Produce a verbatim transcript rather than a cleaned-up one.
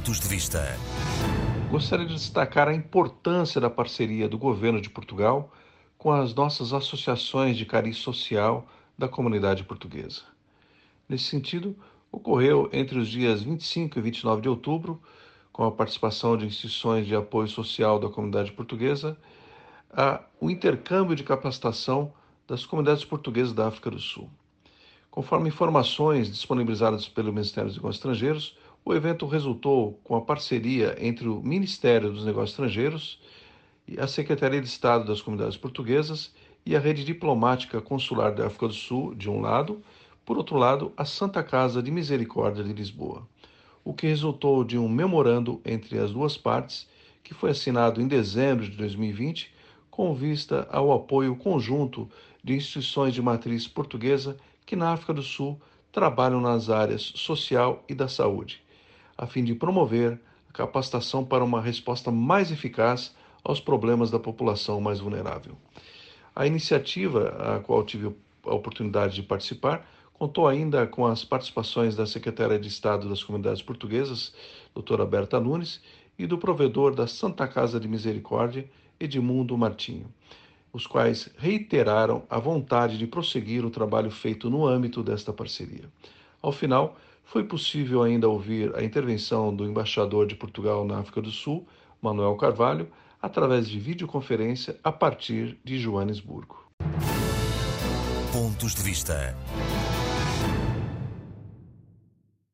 Pontos de Vista. Gostaria de destacar a importância da parceria do governo de Portugal com as nossas associações de cariz social da comunidade portuguesa. Nesse sentido, ocorreu entre os dias vinte e cinco e vinte e nove de outubro, com a participação de instituições de apoio social da comunidade portuguesa, a, o intercâmbio de capacitação das comunidades portuguesas da África do Sul. Conforme informações disponibilizadas pelo Ministério dos Negócios Estrangeiros, o evento resultou com a parceria entre o Ministério dos Negócios Estrangeiros, a Secretaria de Estado das Comunidades Portuguesas e a Rede Diplomática Consular da África do Sul, de um lado, por outro lado, a Santa Casa de Misericórdia de Lisboa, o que resultou de um memorando entre as duas partes, que foi assinado em dezembro de dois mil e vinte, com vista ao apoio conjunto de instituições de matriz portuguesa que na África do Sul trabalham nas áreas social e da saúde, a fim de promover a capacitação para uma resposta mais eficaz aos problemas da população mais vulnerável. A iniciativa, a qual tive a oportunidade de participar, contou ainda com as participações da Secretária de Estado das Comunidades Portuguesas, doutora Berta Nunes, e do provedor da Santa Casa de Misericórdia, Edmundo Martinho, os quais reiteraram a vontade de prosseguir o trabalho feito no âmbito desta parceria. Ao final, foi possível ainda ouvir a intervenção do embaixador de Portugal na África do Sul, Manuel Carvalho, através de videoconferência a partir de Joanesburgo. Pontos de Vista.